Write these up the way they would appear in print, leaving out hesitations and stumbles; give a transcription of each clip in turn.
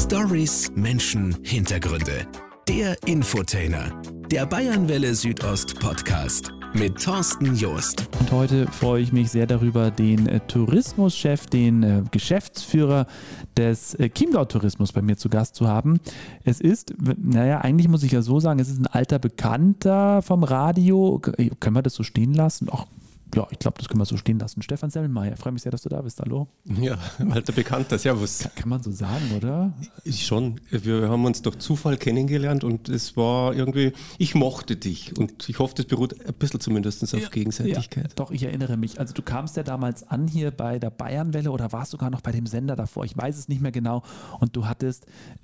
Stories, Menschen, Hintergründe. Der Infotainer. Der Bayernwelle Südost Podcast mit Thorsten Joost. Und heute freue ich mich sehr darüber, den Tourismuschef, den Geschäftsführer des Chiemgau Tourismus bei mir zu Gast zu haben. Es ist, eigentlich muss ich ja so sagen, es ist ein alter Bekannter vom Radio. Können wir das so stehen lassen? Ach, ja, ich glaube, das können wir so stehen lassen. Stefan Semmelmeier, freue mich sehr, dass du da bist. Hallo. Ja, alter Bekannter, servus. Kann man so sagen, oder? Schon. Wir haben uns durch Zufall kennengelernt und es war irgendwie, ich mochte dich und ich hoffe, das beruht ein bisschen zumindest auf Gegenseitigkeit. Ja, doch, ich erinnere mich. Also du kamst ja damals an hier bei der Bayernwelle oder warst sogar noch bei dem Sender davor. Ich weiß es nicht mehr genau. Und du hattest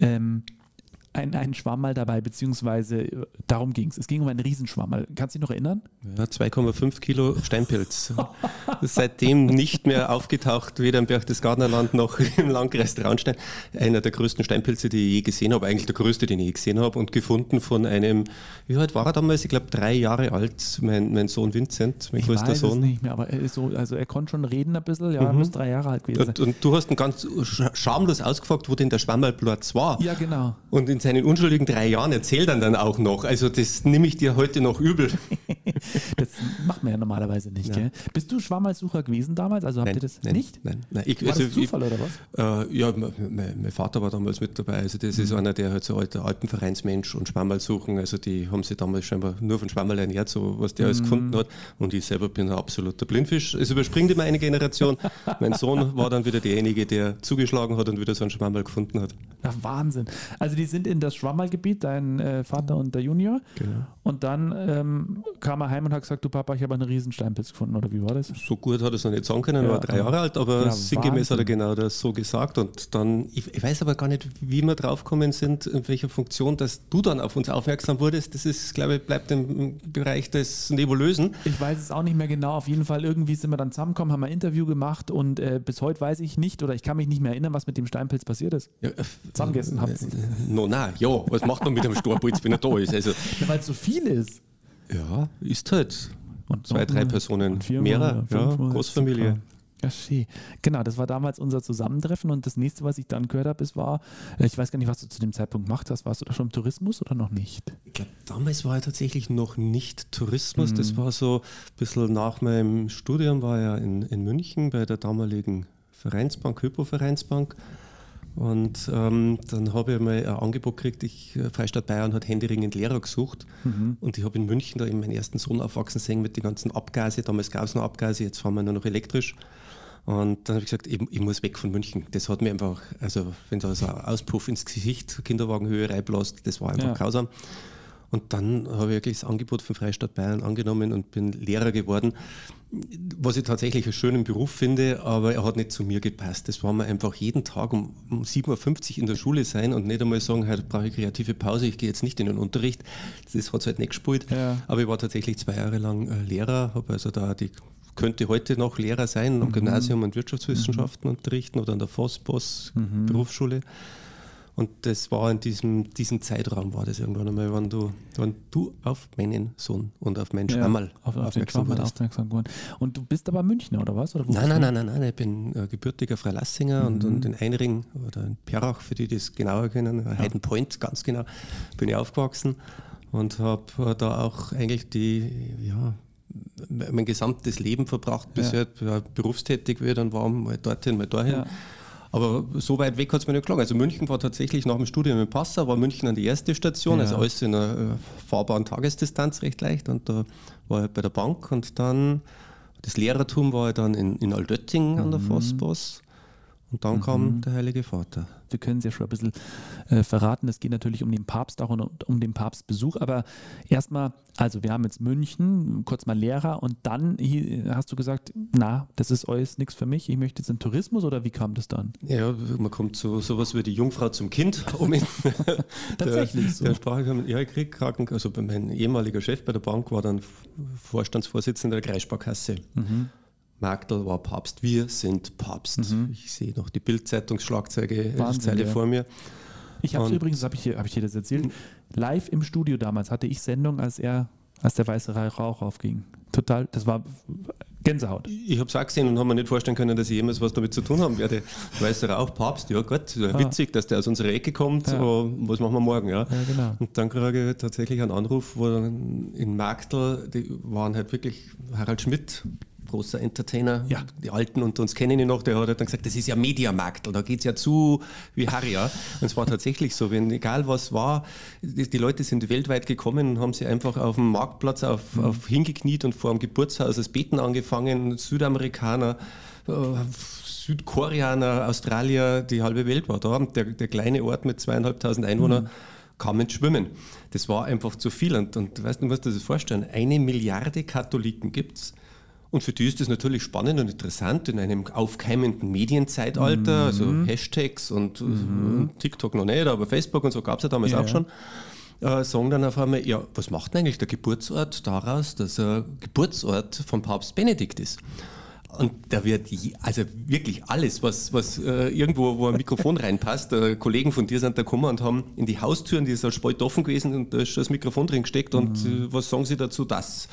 einen Schwammerl dabei, beziehungsweise darum ging es. Es ging um einen Riesenschwammerl. Kannst du dich noch erinnern? Ja, 2,5 Kilo Steinpilz. Das ist seitdem nicht mehr aufgetaucht, weder im Berchtesgadenerland noch im Landkreis Traunstein. Einer der größten Steinpilze, die ich je gesehen habe, eigentlich der größte, den ich je gesehen habe, und gefunden von einem, wie alt war er damals? Ich glaube 3 Jahre alt, mein Sohn Vincent, mein größter Sohn. Ich weiß es nicht mehr, aber er konnte schon reden ein bisschen, ja, er muss 3 Jahre alt gewesen sein. Und du hast ihn ganz schamlos ausgefragt, wo denn der Schwammerlplatz war. Ja, genau. Und in seinen unschuldigen 3 Jahren erzählt er dann auch noch. Also das nehme ich dir heute noch übel. Das macht man ja normalerweise nicht, gell? Bist du Schwammerlsucher gewesen damals? Also habt ihr das nicht? Nein. War das Zufall oder was? Ja, mein Vater war damals mit dabei. Also das ist einer, der halt so alter Alpenvereinsmensch und Schwammerl suchen. Also die haben sich damals scheinbar nur von Schwammerl ernährt, so was der alles gefunden hat. Und ich selber bin ein absoluter Blindfisch. Es überspringt immer eine Generation. Mein Sohn war dann wieder derjenige, der zugeschlagen hat und wieder so einen Schwammerl gefunden hat. Ach, Wahnsinn. Also die sind in das Schwammerlgebiet, dein Vater und der Junior. Genau. Und dann kam er heim und hat gesagt, du Papa, ich habe einen riesen Steinpilz gefunden, oder wie war das? So gut hat er es noch nicht sagen können, er war 3 Jahre alt, aber sinngemäß hat er genau das so gesagt. Und dann, ich weiß aber gar nicht, wie wir draufgekommen sind, in welcher Funktion, dass du dann auf uns aufmerksam wurdest. Das ist, glaube ich, bleibt im Bereich des Nebulösen. Ich weiß es auch nicht mehr genau. Auf jeden Fall irgendwie sind wir dann zusammengekommen, haben ein Interview gemacht und bis heute weiß ich nicht oder ich kann mich nicht mehr erinnern, was mit dem Steinpilz passiert ist. Ja, zusammengegessen habt ihr. Was macht man mit einem Steinpilz, wenn er da ist? Also, ja, weil es so viel ist. Ja, ist halt. Und 2, 3 Personen, mehrer, Großfamilie. Ja, schön. Genau, das war damals unser Zusammentreffen und das nächste, was ich dann gehört habe, ich weiß gar nicht, was du zu dem Zeitpunkt gemacht hast. Warst du da schon im Tourismus oder noch nicht? Ich glaube, damals war er tatsächlich noch nicht Tourismus. Das war so ein bisschen nach meinem Studium, war er in München bei der damaligen Vereinsbank, Hypo-Vereinsbank. Und dann habe ich mal ein Angebot gekriegt, Freistaat Bayern hat händeringend Lehrer gesucht und ich habe in München da eben meinen ersten Sohn aufwachsen sehen mit den ganzen Abgase, damals gab es noch Abgase, jetzt fahren wir nur noch elektrisch. Und dann habe ich gesagt, ich muss weg von München. Das hat mir einfach, also wenn da so ein Auspuff ins Gesicht, Kinderwagenhöhe reinbläst, das war einfach grausam. Und dann habe ich wirklich das Angebot von Freistaat Bayern angenommen und bin Lehrer geworden, was ich tatsächlich einen schönen Beruf finde, aber er hat nicht zu mir gepasst. Das war mir einfach jeden Tag um 7.50 Uhr in der Schule sein und nicht einmal sagen, heute brauche ich kreative Pause, ich gehe jetzt nicht in den Unterricht. Das hat es halt nicht gespielt. Ja. Aber ich war tatsächlich 2 Jahre lang Lehrer, habe also da könnte heute noch Lehrer sein, am Gymnasium und Wirtschaftswissenschaften unterrichten oder an der FOSBOS Berufsschule. Und das war in diesem Zeitraum, war das irgendwann einmal, wenn du auf meinen Sohn und auf meinen Schwammerl aufmerksam wurdest. Und du bist aber Münchner, oder was? Oder nein, ich bin gebürtiger Freilassinger und in Einring oder in Perrach, für die das genauer kennen, Heidenpoint, ganz genau, bin ich aufgewachsen und habe da auch eigentlich mein gesamtes Leben verbracht, bis ich berufstätig wird und war mal dorthin, mal dahin. Ja. Aber so weit weg hat es mir nicht geschlagen. Also München war tatsächlich nach dem Studium in Passau, war München dann die erste Station, also alles in einer fahrbaren Tagesdistanz recht leicht. Und da war ich bei der Bank und dann das Lehrertum war ich dann in Altötting an der FOSBOS. Und dann kam der Heilige Vater. Wir können es ja schon ein bisschen verraten. Es geht natürlich um den Papst auch und um den Papstbesuch. Aber erstmal, also wir haben jetzt München, kurz mal Lehrer und dann hast du gesagt, das ist alles nichts für mich, ich möchte jetzt in Tourismus oder wie kam das dann? Ja, man kommt zu sowas wie die Jungfrau zum Kind. Tatsächlich so. Der Sprache, ich kriege Kranken, also mein ehemaliger Chef bei der Bank war dann Vorstandsvorsitzender der Kreissparkasse. Magdal war Papst, wir sind Papst. Ich sehe noch die Bild-Zeitungsschlagzeile vor mir. Ich habe es übrigens, hab ich dir das erzählt, live im Studio damals hatte ich Sendung, als der weiße Rauch aufging. Total, das war Gänsehaut. Ich habe es auch gesehen und habe mir nicht vorstellen können, dass ich jemals was damit zu tun haben werde. Weißer Rauch, Papst, ja Gott, witzig, dass der aus unserer Ecke kommt, aber was machen wir morgen? Ja, genau. Und dann kriege ich tatsächlich einen Anruf, wo dann in Marktl, die waren halt wirklich Harald Schmidt, großer Entertainer, die Alten unter uns kennen ihn noch, der hat halt dann gesagt, das ist ja Mediamarktl, da geht es ja zu wie Harry. Ja. Und es war tatsächlich so, wenn egal was war, die Leute sind weltweit gekommen und haben sich einfach auf dem Marktplatz auf hingekniet und vor dem Geburtshaus das Beten angefangen, Südamerikaner, Südkoreaner, Australier, die halbe Welt war da. Und der kleine Ort mit 2.500 Einwohnern kam ins Schwimmen. Das war einfach zu viel. Und weißt du, musst dir das vorstellen, 1 Milliarde Katholiken gibt es. Und für die ist das natürlich spannend und interessant in einem aufkeimenden Medienzeitalter, also Hashtags und TikTok noch nicht, aber Facebook und so gab es ja damals auch schon. Sagen dann auf einmal, ja, was macht denn eigentlich der Geburtsort daraus, dass er Geburtsort von Papst Benedikt ist? Und da wird also wirklich alles, was irgendwo, wo ein Mikrofon reinpasst, Kollegen von dir sind da gekommen und haben in die Haustüren, die ist halt spalt offen gewesen und da ist schon das Mikrofon drin gesteckt und was sagen sie dazu, das?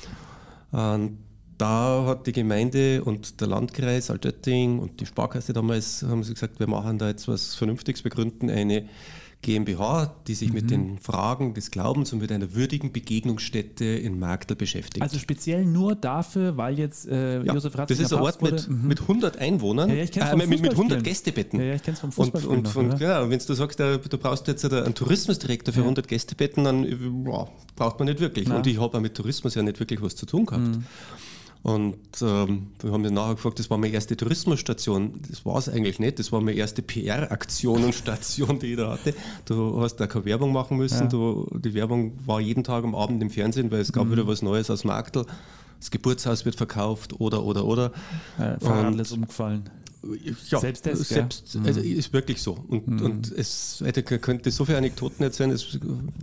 Und da hat die Gemeinde und der Landkreis Altötting und die Sparkasse damals, haben sie gesagt, wir machen da jetzt was Vernünftiges, wir gründen eine GmbH, die sich mit den Fragen des Glaubens und mit einer würdigen Begegnungsstätte in Marktl beschäftigt. Also speziell nur dafür, weil jetzt Josef Ratzinger das ist ein Ort mit 100 Einwohnern, mit 100 Gästebetten. Ja, ich kenne es vom Fußballspielen. Und wenn du sagst, du brauchst jetzt einen Tourismusdirektor für 100 Gästebetten, dann braucht man nicht wirklich. Und ich habe auch mit Tourismus ja nicht wirklich was zu tun gehabt. Und wir haben dann nachher gefragt, das war meine erste Tourismusstation. Das war es eigentlich nicht, das war meine erste PR-Aktion und Station, die ich da hatte. Du hast da keine Werbung machen müssen, die Werbung war jeden Tag am Abend im Fernsehen, weil es gab wieder was Neues aus Marktl. Das Geburtshaus wird verkauft oder. Fahrrad ist umgefallen. Ja, selbst also ist wirklich so. Und es könnte so viele Anekdoten erzählen, das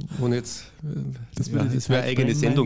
wäre eine eigene Sendung.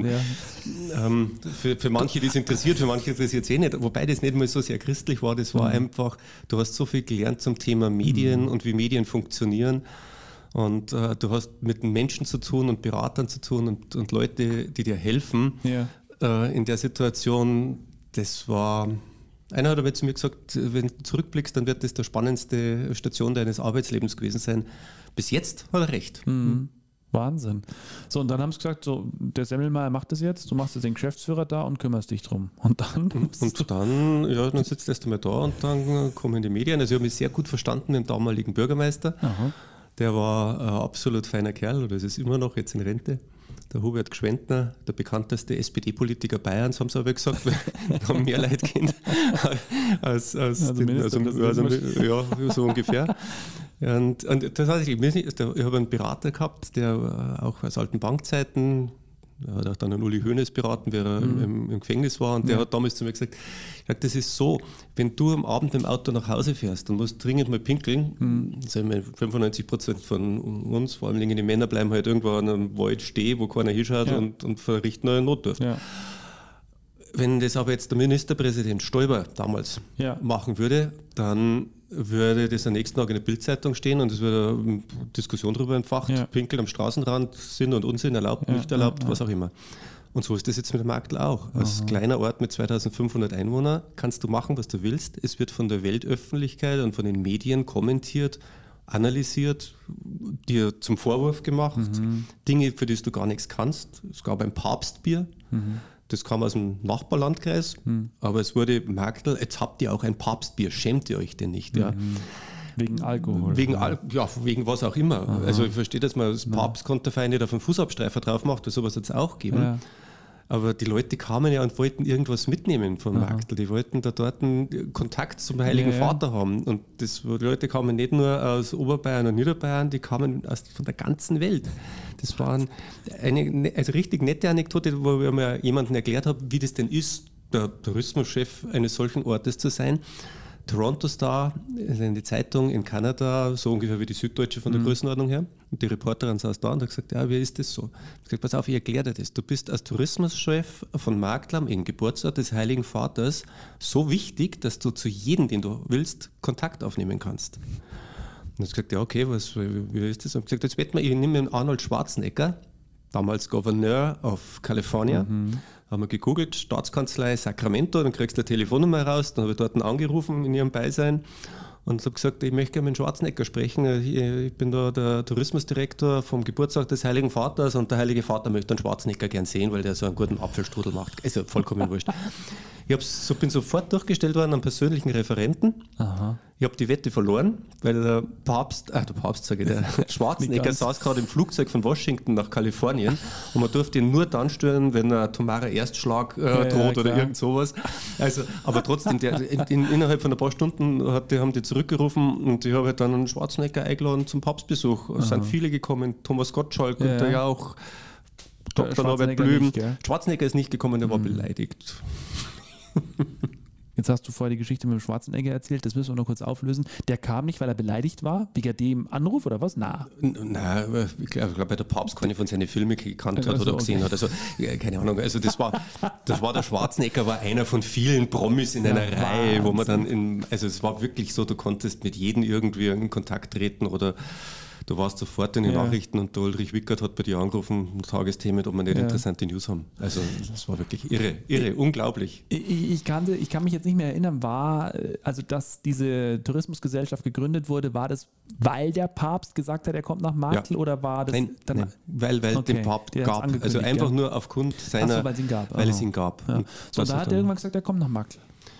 Für manche, die es interessiert, für manche interessiert es eh nicht. Wobei das nicht mal so sehr christlich war, das war einfach, du hast so viel gelernt zum Thema Medien und wie Medien funktionieren. Und du hast mit Menschen zu tun und Beratern zu tun und Leute, die dir helfen in der Situation. Das war... Einer hat aber zu mir gesagt, wenn du zurückblickst, dann wird das der spannendste Station deines Arbeitslebens gewesen sein. Bis jetzt hat er recht. Wahnsinn. So, und dann haben sie gesagt, so, der Semmelmeier macht das jetzt, du machst jetzt den Geschäftsführer da und kümmerst dich drum. Und dann? Dann sitzt du erst einmal da und dann kommen die Medien. Also ich habe mich sehr gut verstanden mit dem damaligen Bürgermeister. Aha. Der war ein absolut feiner Kerl, oder ist es immer noch, jetzt in Rente. Der Hubert Gschwendtner, der bekannteste SPD-Politiker Bayerns, haben sie aber gesagt, wir haben mehr Leute kennt als so ungefähr. Und tatsächlich, ich habe einen Berater gehabt, der auch aus alten Bankzeiten, er hat auch dann einen Uli Hoeneß beraten, wie er im Gefängnis war, und der hat damals zu mir gesagt, das ist so, wenn du am Abend mit dem Auto nach Hause fährst und musst dringend mal pinkeln, 95% von uns, vor allem die Männer, bleiben halt irgendwo an einem Wald stehen, wo keiner hinschaut und verrichten eine Notdurft. Ja. Wenn das aber jetzt der Ministerpräsident Stoiber damals machen würde, dann würde das am nächsten Tag in der Bildzeitung stehen und es würde eine Diskussion darüber entfacht, Pinkeln am Straßenrand, Sinn und Unsinn, erlaubt, nicht erlaubt, was auch immer. Und so ist das jetzt mit dem Marktl auch. Als kleiner Ort mit 2.500 Einwohnern kannst du machen, was du willst. Es wird von der Weltöffentlichkeit und von den Medien kommentiert, analysiert, dir zum Vorwurf gemacht, Dinge, für die du gar nichts kannst. Es gab ein Papstbier, das kam aus dem Nachbarlandkreis, aber es wurde Marktl, jetzt habt ihr auch ein Papstbier, schämt ihr euch denn nicht? Ja? Wegen Alkohol? Wegen was auch immer. Aha. Also ich verstehe, dass man das Papstkonterfei nicht auf einen Fußabstreifer drauf macht, sowas wird es auch geben. Ja. Aber die Leute kamen ja und wollten irgendwas mitnehmen vom Marktl. Die wollten da dort einen Kontakt zum Heiligen Vater haben. Und die Leute kamen nicht nur aus Oberbayern und Niederbayern, die kamen von der ganzen Welt. Das war eine richtig nette Anekdote, wo ich mir jemandem erklärt habe, wie das denn ist, der Tourismuschef eines solchen Ortes zu sein. Toronto Star, eine Zeitung in Kanada, so ungefähr wie die Süddeutsche von der Größenordnung her. Und die Reporterin saß da und hat gesagt, wie ist das so? Ich habe gesagt, pass auf, ich erkläre dir das. Du bist als Tourismuschef von Marktl im Geburtsort des Heiligen Vaters so wichtig, dass du zu jedem, den du willst, Kontakt aufnehmen kannst. Und er hat gesagt, okay, wie ist das? Und ich habe gesagt, ich nehme den Arnold Schwarzenegger, damals Gouverneur of California. Haben wir gegoogelt, Staatskanzlei Sacramento, dann kriegst du eine Telefonnummer raus, dann habe ich dort angerufen in ihrem Beisein und habe gesagt, ich möchte gerne mit Schwarzenegger sprechen. Ich bin da der Tourismusdirektor vom Geburtstag des Heiligen Vaters und der Heilige Vater möchte einen Schwarzenegger gern sehen, weil der so einen guten Apfelstrudel macht. Also vollkommen wurscht. Ich bin sofort durchgestellt worden an persönlichen Referenten. Aha. Ich habe die Wette verloren, weil der Schwarzenegger saß gerade im Flugzeug von Washington nach Kalifornien und man durfte ihn nur dann stören, wenn ein atomarer Erstschlag droht oder irgend sowas. Also, aber trotzdem, innerhalb von ein paar Stunden haben die zurückgerufen und ich habe halt dann einen Schwarzenegger eingeladen zum Papstbesuch. Es sind viele gekommen, Thomas Gottschalk und der ja auch Dr. Norbert Blüm. Schwarzenegger ist nicht gekommen, der war beleidigt. Jetzt hast du vorher die Geschichte mit dem Schwarzenegger erzählt, das müssen wir noch kurz auflösen. Der kam nicht, weil er beleidigt war, wegen dem Anruf oder was? Nein, ich glaube, bei der Papst keine von seinen Filmen gekannt hat oder gesehen hat. Also, keine Ahnung, also das war der Schwarzenegger, war einer von vielen Promis in einer Reihe, wo man dann, also es war wirklich so, du konntest mit jedem irgendwie in Kontakt treten oder du warst sofort in den Nachrichten und der Ulrich Wickert hat bei dir angerufen, Tagesthemen, ob wir nicht interessante News haben. Also das war wirklich irre, unglaublich. Ich kann mich jetzt nicht mehr erinnern, also dass diese Tourismusgesellschaft gegründet wurde, war das, weil der Papst gesagt hat, er kommt nach Marktl oder war das? Nein, weil den Papst gab. Also einfach nur aufgrund seiner, weil es ihn gab. Ja. So, da hat er irgendwann gesagt, er kommt nach Marktl.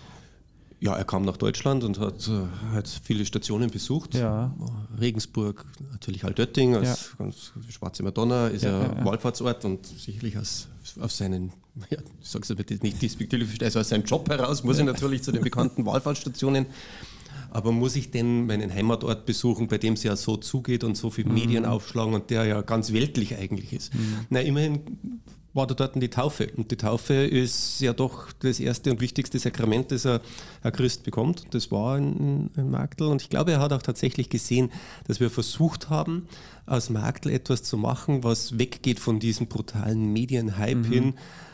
Ja, er kam nach Deutschland und hat viele Stationen besucht. Ja. Regensburg, natürlich Altötting, als ganz schwarze Madonna, ist Wallfahrtsort und sicherlich auf seinen, ich sage es aber nicht despektierlich, also aus seinem Job heraus muss ich natürlich zu den bekannten Wallfahrtsstationen. Aber muss ich denn meinen Heimatort besuchen, bei dem es ja so zugeht und so viele Medien aufschlagen und der ja ganz weltlich eigentlich ist? Na, immerhin war da dort die Taufe. Und die Taufe ist ja doch das erste und wichtigste Sakrament, das ein Christ bekommt. Das war in Marktl. Und ich glaube, er hat auch tatsächlich gesehen, dass wir versucht haben, aus Marktl etwas zu machen, was weggeht von diesem brutalen Medienhype hin.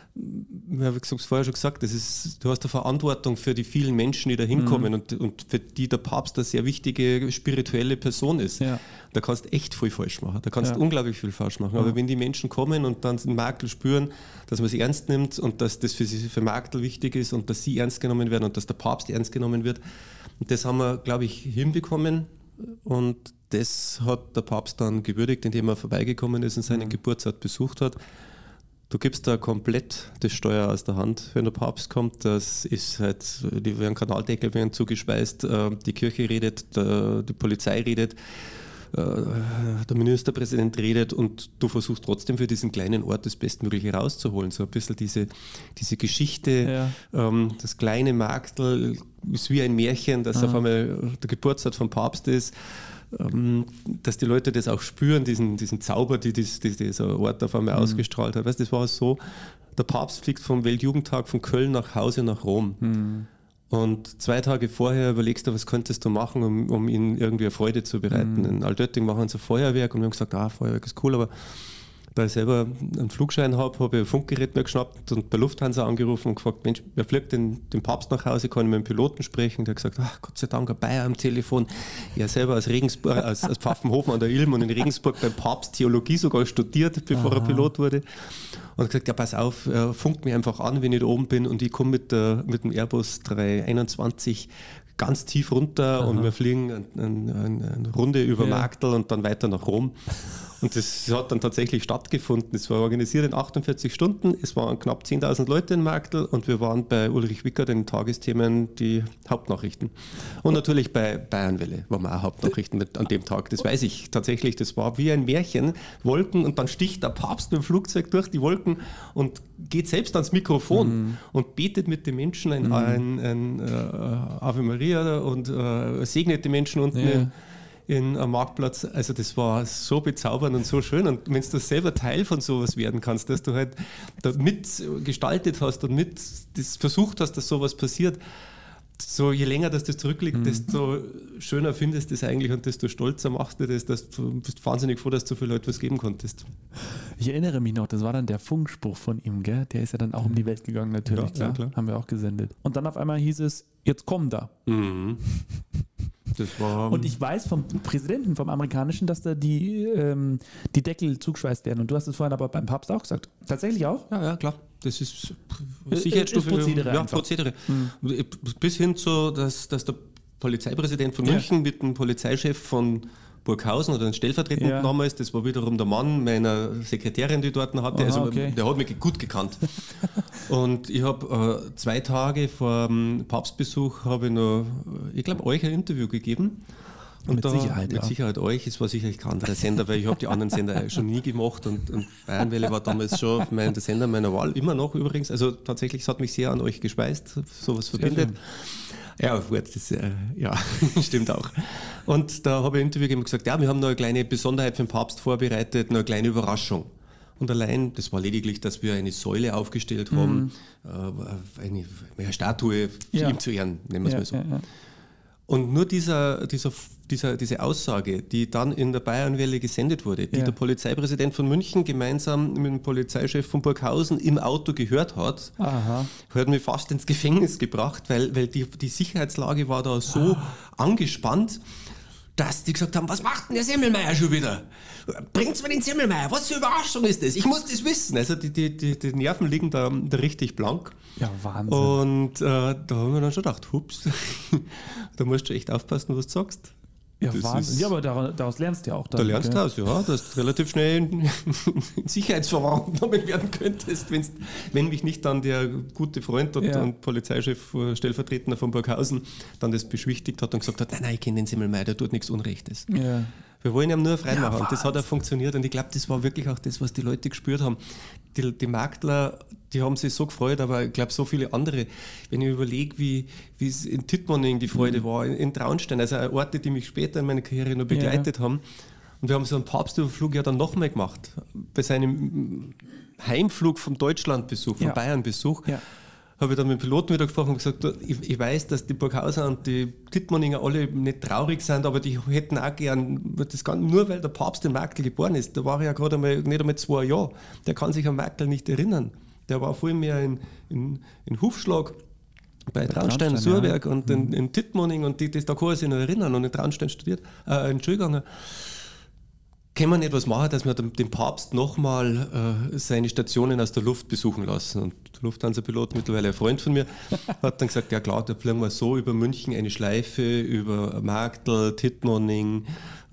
Ich habe es vorher schon gesagt, du hast eine Verantwortung für die vielen Menschen, die da hinkommen und für die der Papst eine sehr wichtige spirituelle Person ist. Ja. Da kannst du echt viel falsch machen, da kannst du unglaublich viel falsch machen. Aber wenn die Menschen kommen und dann in Marktl spüren, dass man sie ernst nimmt und dass das für Marktl wichtig ist und dass sie ernst genommen werden und dass der Papst ernst genommen wird, und das haben wir, glaube ich, hinbekommen und das hat der Papst dann gewürdigt, indem er vorbeigekommen ist und seinen Geburtsort besucht hat. Du gibst da komplett das Steuer aus der Hand, wenn der Papst kommt. Das ist halt, die Kanaldeckel werden zugespeist, die Kirche redet, die Polizei redet, der Ministerpräsident redet und du versuchst trotzdem für diesen kleinen Ort das Bestmögliche rauszuholen. So ein bisschen diese Geschichte, das kleine Marktl ist wie ein Märchen, dass auf einmal der Geburtsort vom Papst ist. Dass die Leute das auch spüren, diesen Zauber, die dieser Ort auf einmal ausgestrahlt hat. Weißt, das war so, der Papst fliegt vom Weltjugendtag von Köln nach Hause nach Rom. Und 2 Tage vorher überlegst du, was könntest du machen, um ihnen irgendwie eine Freude zu bereiten. In Altötting machen sie ein Feuerwerk und wir haben gesagt, Feuerwerk ist cool, aber da ich selber einen Flugschein habe ich ein Funkgerät mir geschnappt und bei Lufthansa angerufen und gefragt, Mensch, wer fliegt den Papst nach Hause, kann ich mit dem Piloten sprechen? Der hat gesagt, Gott sei Dank, ein Bayer am Telefon. Er selber aus Regensburg, aus Pfaffenhofen an der Ilm und in Regensburg beim Papst Theologie sogar studiert, bevor er Pilot wurde. Und hat gesagt, ja pass auf, funkt mich einfach an, wenn ich da oben bin und ich komme mit dem Airbus 321 ganz tief runter und wir fliegen eine Runde über Marktl und dann weiter nach Rom. Und das hat dann tatsächlich stattgefunden. Es war organisiert in 48 Stunden. Es waren knapp 10.000 Leute in Marktl und wir waren bei Ulrich Wickert in den Tagesthemen die Hauptnachrichten. Und natürlich bei Bayernwelle waren wir auch Hauptnachrichten an dem Tag. Das weiß ich tatsächlich. Das war wie ein Märchen. Wolken und dann sticht der Papst mit dem Flugzeug durch die Wolken und geht selbst ans Mikrofon und betet mit den Menschen ein Ave Maria und segnet die Menschen unten am Marktplatz. Also das war so bezaubernd und so schön. Und wenn du selber Teil von sowas werden kannst, dass du halt da mitgestaltet hast und mit das versucht hast, dass sowas passiert, so je länger das zurückliegt, desto schöner findest du es eigentlich und desto stolzer machst du das, dass du bist wahnsinnig froh, dass du so viele Leute was geben konntest. Ich erinnere mich noch, das war dann der Funkspruch von ihm, gell? Der ist ja dann auch um die Welt gegangen, natürlich. Ja, klar. Haben wir auch gesendet. Und dann auf einmal hieß es, jetzt komm da. Das war, und ich weiß vom Präsidenten, vom amerikanischen, dass da die Deckel zugeschweißt werden. Und du hast es vorhin aber beim Papst auch gesagt. Tatsächlich auch? Ja, klar. Das ist Sicherheitsstufe. Prozedere. Ja, Prozedere. Bis hin zu, dass der Polizeipräsident von München mit dem Polizeichef von Burghausen oder den Stellvertretenden damals, das war wiederum der Mann meiner Sekretärin, die dort hatte, der hat mich gut gekannt. Und ich habe 2 Tage vor dem Papstbesuch habe ich noch, ich glaube, euch ein Interview gegeben. Und mit Sicherheit euch, es war sicherlich kein anderer Sender, weil ich habe die anderen Sender schon nie gemacht und Bayernwelle war damals schon der Sender meiner Wahl, immer noch übrigens. Also tatsächlich, es hat mich sehr an euch gespeist, sowas verbindet. Ja, das stimmt auch. Und da habe ich ein Interview gegeben und gesagt, ja, wir haben noch eine kleine Besonderheit für den Papst vorbereitet, noch eine kleine Überraschung. Und allein, das war lediglich, dass wir eine Säule aufgestellt haben, eine Statue ihm zu Ehren, nennen wir es mal so. Ja. Und nur diese Aussage, die dann in der Bayernwelle gesendet wurde, die der Polizeipräsident von München gemeinsam mit dem Polizeichef von Burghausen im Auto gehört hat, hat mich fast ins Gefängnis gebracht, weil die Sicherheitslage war da so angespannt, dass die gesagt haben, was macht denn der Semmelmeier schon wieder? Bringt's mir den Semmelmeier, was für eine Überraschung ist das? Ich muss das wissen. Also die Nerven liegen da richtig blank. Ja, Wahnsinn. Und da haben wir dann schon gedacht, hups, da musst du echt aufpassen, was du sagst. Ja, Wahnsinn. Ja, aber daraus lernst du ja auch. Dann, da lernst du aus, ja, dass du relativ schnell in Sicherheitsverwahren genommen werden könntest, wenn mich nicht dann der gute Freund und Polizeichef, Stellvertretender von Burghausen dann das beschwichtigt hat und gesagt hat, nein, ich kenne den Semmelmeier, der tut nichts Unrechtes. Ja. Wir wollen ihm nur frei machen und das hat auch funktioniert und ich glaube, das war wirklich auch das, was die Leute gespürt haben. Die Makler, die haben sich so gefreut, aber ich glaube, so viele andere. Wenn ich überlege, wie es in Tittmoning die Freude war, in Traunstein, also Orte, die mich später in meiner Karriere noch begleitet haben. Und wir haben so einen Papstüberflug ja dann nochmal gemacht. Bei seinem Heimflug vom Deutschlandbesuch, vom Bayernbesuch, habe ich dann mit dem Piloten wieder gesprochen und gesagt, ich weiß, dass die Burghauser und die Tittmoninger alle nicht traurig sind, aber die hätten auch gern, nur weil der Papst in Merkel geboren ist, da war er ja gerade nicht einmal 2 Jahre, der kann sich an Merkel nicht erinnern. Der war viel mehr in Hufschlag bei Traunstein, Surberg und in Tittmoning und da kann er sich noch erinnern und in Traunstein studiert, in Schule gegangen. Können wir nicht was machen, dass wir den Papst nochmal seine Stationen aus der Luft besuchen lassen? Und der Lufthansa-Pilot, mittlerweile ein Freund von mir, hat dann gesagt, ja klar, da fliegen wir so über München eine Schleife, über Marktl, Tittmoning,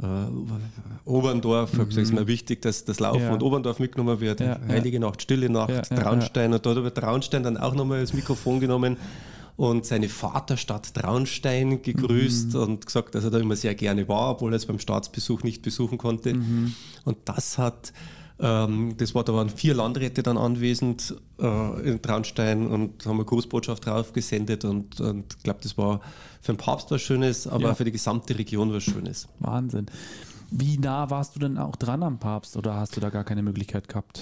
Oberndorf. Ich habe gesagt, es ist mir wichtig, dass das Laufen und Oberndorf mitgenommen wird. Heilige Nacht, Stille Nacht, Traunstein. Und da hat er Traunstein dann auch nochmal das Mikrofon genommen und seine Vaterstadt Traunstein gegrüßt und gesagt, dass er da immer sehr gerne war, obwohl er es beim Staatsbesuch nicht besuchen konnte. Und das da waren 4 Landräte dann anwesend in Traunstein und haben eine Grußbotschaft drauf gesendet und ich glaube, das war für den Papst was Schönes, aber für die gesamte Region was Schönes. Wahnsinn. Wie nah warst du denn auch dran am Papst oder hast du da gar keine Möglichkeit gehabt?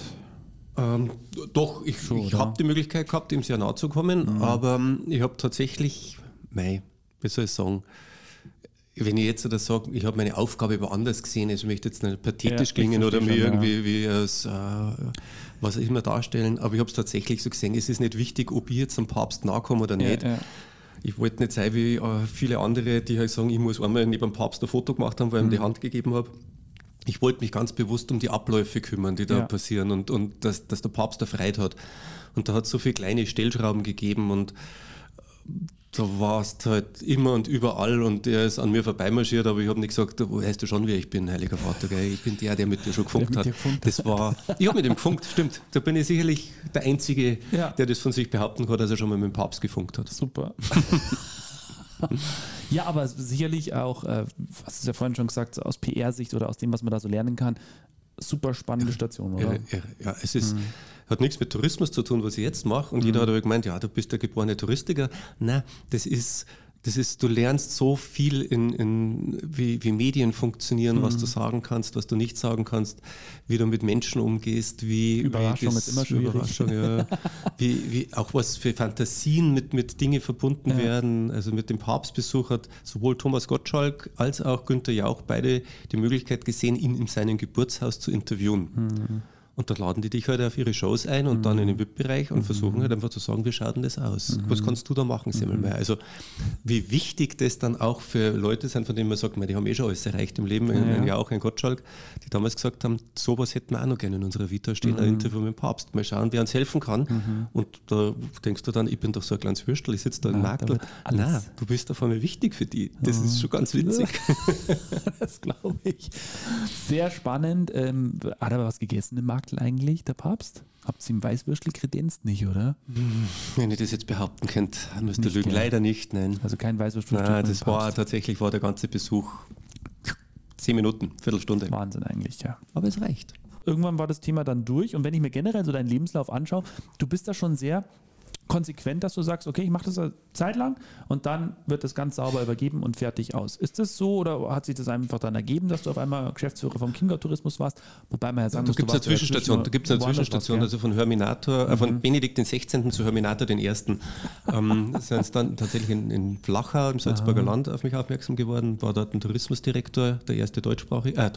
Doch, ich habe die Möglichkeit gehabt, ihm sehr nahe zu kommen, aber ich habe tatsächlich, wie soll ich sagen, wenn ich jetzt oder sage, ich habe meine Aufgabe woanders gesehen, also ich möchte jetzt nicht pathetisch klingen oder mir irgendwie wie als was immer darstellen, aber ich habe es tatsächlich so gesehen, es ist nicht wichtig, ob ich jetzt dem Papst nahe komme oder nicht. Ich wollte nicht sein wie viele andere, die halt sagen, ich muss einmal neben dem Papst ein Foto gemacht haben, weil ich ihm die Hand gegeben habe. Ich wollte mich ganz bewusst um die Abläufe kümmern, die da passieren und dass der Papst da Freude hat. Und da hat es so viele kleine Stellschrauben gegeben und da war es halt immer und überall und er ist an mir vorbeimarschiert, aber ich habe nicht gesagt, weißt du schon, wer ich bin, Heiliger Vater, gell? Ich bin der mit dir schon gefunkt hat. Ich habe mit ihm gefunkt, stimmt. Da bin ich sicherlich der Einzige, der das von sich behaupten kann, dass er schon mal mit dem Papst gefunkt hat. Super. Ja, aber sicherlich auch, was du ja vorhin schon gesagt, aus PR-Sicht oder aus dem, was man da so lernen kann, super spannende Station, oder? Ja, es ist, hat nichts mit Tourismus zu tun, was ich jetzt mache. Und jeder hat aber gemeint, ja, du bist der geborene Touristiker. Nein, das ist, du lernst so viel wie Medien funktionieren, was du sagen kannst, was du nicht sagen kannst, wie du mit Menschen umgehst, Überraschung ist immer schwierig. Wie auch was für Fantasien mit Dingen verbunden werden. Also mit dem Papstbesuch hat sowohl Thomas Gottschalk als auch Günther Jauch beide die Möglichkeit gesehen, ihn in seinem Geburtshaus zu interviewen. Und dann laden die dich halt auf ihre Shows ein und dann in den VIP-Bereich und versuchen halt einfach zu sagen, wie schaut denn das aus? Was kannst du da machen, Semmelmeier? Also wie wichtig das dann auch für Leute sind, von denen man sagt, die haben schon alles erreicht im Leben, ja auch ein Gottschalk, die damals gesagt haben, sowas hätten wir auch noch gerne in unserer Vita stehen, ein Interview mit dem Papst. Mal schauen, wer uns helfen kann. Und da denkst du dann, ich bin doch so ein kleines Würstel, ich sitze da im Marktl. Nein, du bist auf einmal wichtig für die. Das ist schon ganz witzig. Das glaube ich. Sehr spannend. Hat er was gegessen im Marktl eigentlich, der Papst? Habt ihr ihm Weißwürstel kredenzt nicht, oder? Wenn ich das jetzt behaupten könnte, müsste lügen. Leider nicht, nein. Also kein Weißwürstel. Nein, das war tatsächlich der ganze Besuch 10 Minuten, Viertelstunde. Wahnsinn eigentlich, ja. Aber es reicht. Irgendwann war das Thema dann durch und wenn ich mir generell so deinen Lebenslauf anschaue, du bist da schon sehr konsequent, dass du sagst, okay, ich mache das eine Zeit lang und dann wird das ganz sauber übergeben und fertig aus. Ist das so oder hat sich das einfach dann ergeben, dass du auf einmal Geschäftsführer vom Chiemgau Tourismus warst? Wobei man ja sagen muss, da gibt es eine Zwischenstation. Da gibt es eine Zwischenstation, also von Herminator, von Benedikt XVI. Zu Herminator I. Sind dann tatsächlich in Flachau im Salzburger Land auf mich aufmerksam geworden, war dort ein Tourismusdirektor, der erste deutschsprachige,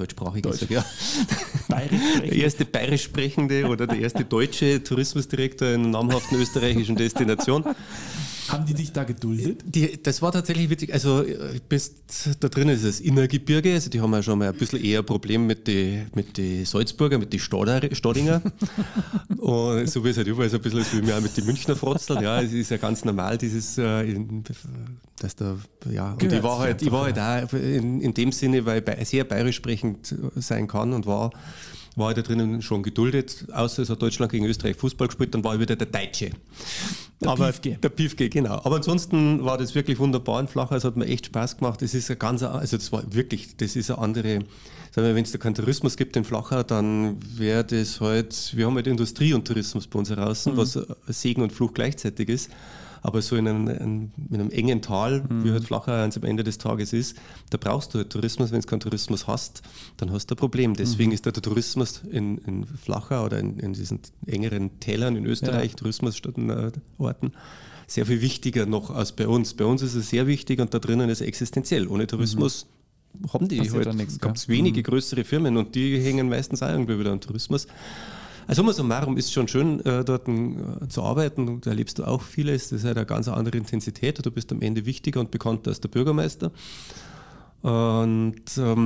der erste bayerisch sprechende oder der erste deutsche Tourismusdirektor in einer namhaften österreichischen Destination. Haben die dich da geduldet? Das war tatsächlich witzig. Also da drin ist das Innergebirge, also die haben ja schon mal ein bisschen eher ein Problem mit den Salzburger, mit den Stadinger. Und so wie es halt überall so ein bisschen ist, wie wir auch mit den Münchner Frotzeln. Ja, es ist ja ganz normal, dieses, dass da, ja. Und ich war halt auch in dem Sinne, weil ich sehr bayerisch sprechend sein kann und war ich da drinnen schon geduldet, außer es hat Deutschland gegen Österreich Fußball gespielt, dann war ich wieder der Deutsche. Der Piefke, genau. Aber ansonsten war das wirklich wunderbar in Flachau, es hat mir echt Spaß gemacht. Das ist das ist eine andere, wenn es da keinen Tourismus gibt in Flachau, dann wäre das halt, wir haben halt Industrie und Tourismus bei uns heraus, was Segen und Fluch gleichzeitig ist. Aber so in einem engen Tal, wie halt Flachau am Ende des Tages ist, da brauchst du halt Tourismus. Wenn du keinen Tourismus hast, dann hast du ein Problem. Deswegen ist da der Tourismus in Flachau oder in diesen engeren Tälern in Österreich, Tourismusstättenorten, sehr viel wichtiger noch als bei uns. Bei uns ist es sehr wichtig und da drinnen ist es existenziell. Ohne Tourismus haben die halt, gab es wenige größere Firmen und die hängen meistens auch irgendwie wieder an Tourismus. Also summa summarum ist schon schön, dort zu arbeiten. Da erlebst du auch vieles. Das ist halt eine ganz andere Intensität. Du bist am Ende wichtiger und bekannter als der Bürgermeister. Und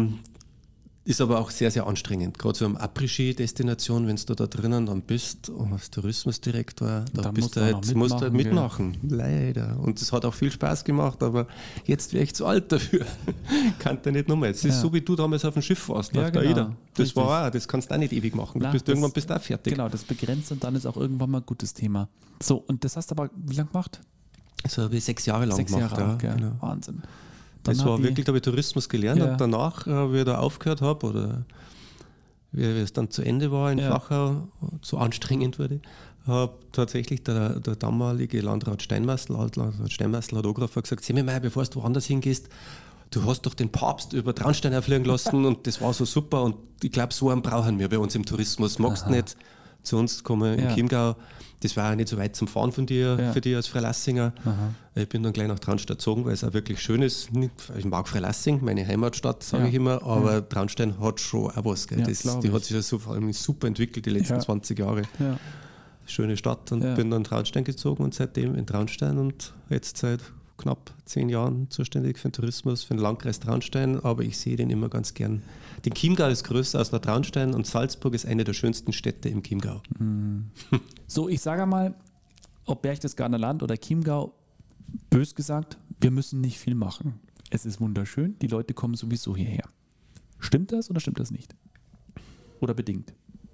ist aber auch sehr, sehr anstrengend. Gerade so eine Après-Ski-Destination, wenn du da drinnen dann bist, als Tourismusdirektor, da musst du halt mitmachen. Ja. Leider. Und das hat auch viel Spaß gemacht, aber jetzt wäre ich zu alt dafür. Kann der nicht nochmal. Es ist so, wie du damals auf dem Schiff warst, auf der AIDA. Das kannst du auch nicht ewig machen. Irgendwann bist du auch fertig. Genau, das begrenzt und dann ist auch irgendwann mal ein gutes Thema. So, und das hast du aber wie lange gemacht? Das habe ich 6 Jahre lang gemacht. Auch, ja. Genau. Wahnsinn. Das war wirklich, da habe ich Tourismus gelernt und danach, wie ich da aufgehört habe oder wie es dann zu Ende war in Flachau, so anstrengend wurde, habe tatsächlich der damalige Landrat Steinmeißl, Altlandrat Steinmeißl, hat angerufen und gesagt, Semmelmeier, bevor du woanders hingehst, du hast doch den Papst über Traunstein fliegen lassen und das war so super und ich glaube, so einen brauchen wir bei uns im Tourismus. Magst du nicht zu uns kommen in Chiemgau? Das war ja nicht so weit zum Fahren von dir, für dich als Freilassinger. Ich bin dann gleich nach Traunstein gezogen, weil es auch wirklich schön ist. Ich mag Freilassing, meine Heimatstadt, sage ich immer, aber Traunstein hat schon auch was. Gell? Die hat sich ja so vor allem super entwickelt die letzten 20 Jahre. Ja. Schöne Stadt und bin dann in Traunstein gezogen und seitdem in Traunstein und jetzt seit knapp 10 Jahren zuständig für den Tourismus, für den Landkreis Traunstein, aber ich sehe den immer ganz gern. Den Chiemgau ist größer als Traunstein und Salzburg ist eine der schönsten Städte im Chiemgau. So, ich sage mal, ob Berchtesgadener Land oder Chiemgau, bös gesagt, wir müssen nicht viel machen. Es ist wunderschön, die Leute kommen sowieso hierher. Stimmt das oder stimmt das nicht? Oder bedingt?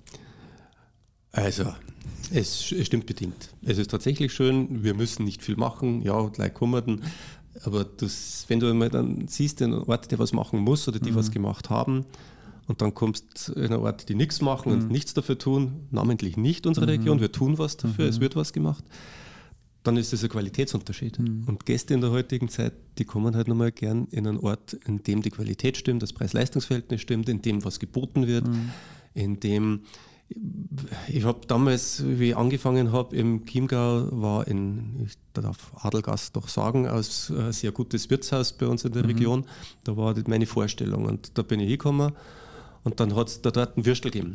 Also, es stimmt bedingt. Es ist tatsächlich schön, wir müssen nicht viel machen, ja, gleich kommen, aber wenn du einmal dann siehst, einen Ort, der was machen muss oder die was gemacht haben und dann kommst du in einen Ort, die nichts machen und nichts dafür tun, namentlich nicht unsere Region, wir tun was dafür, es wird was gemacht, dann ist das ein Qualitätsunterschied. Und Gäste in der heutigen Zeit, die kommen halt nochmal gern in einen Ort, in dem die Qualität stimmt, das Preis-Leistungs-Verhältnis stimmt, in dem was geboten wird, in dem ich habe damals, wie ich angefangen habe im Chiemgau, war ich darf Adelgast doch sagen, ein sehr gutes Wirtshaus bei uns in der Region. Da war meine Vorstellung und da bin ich hingekommen und dann hat es da dort ein Würstel gegeben.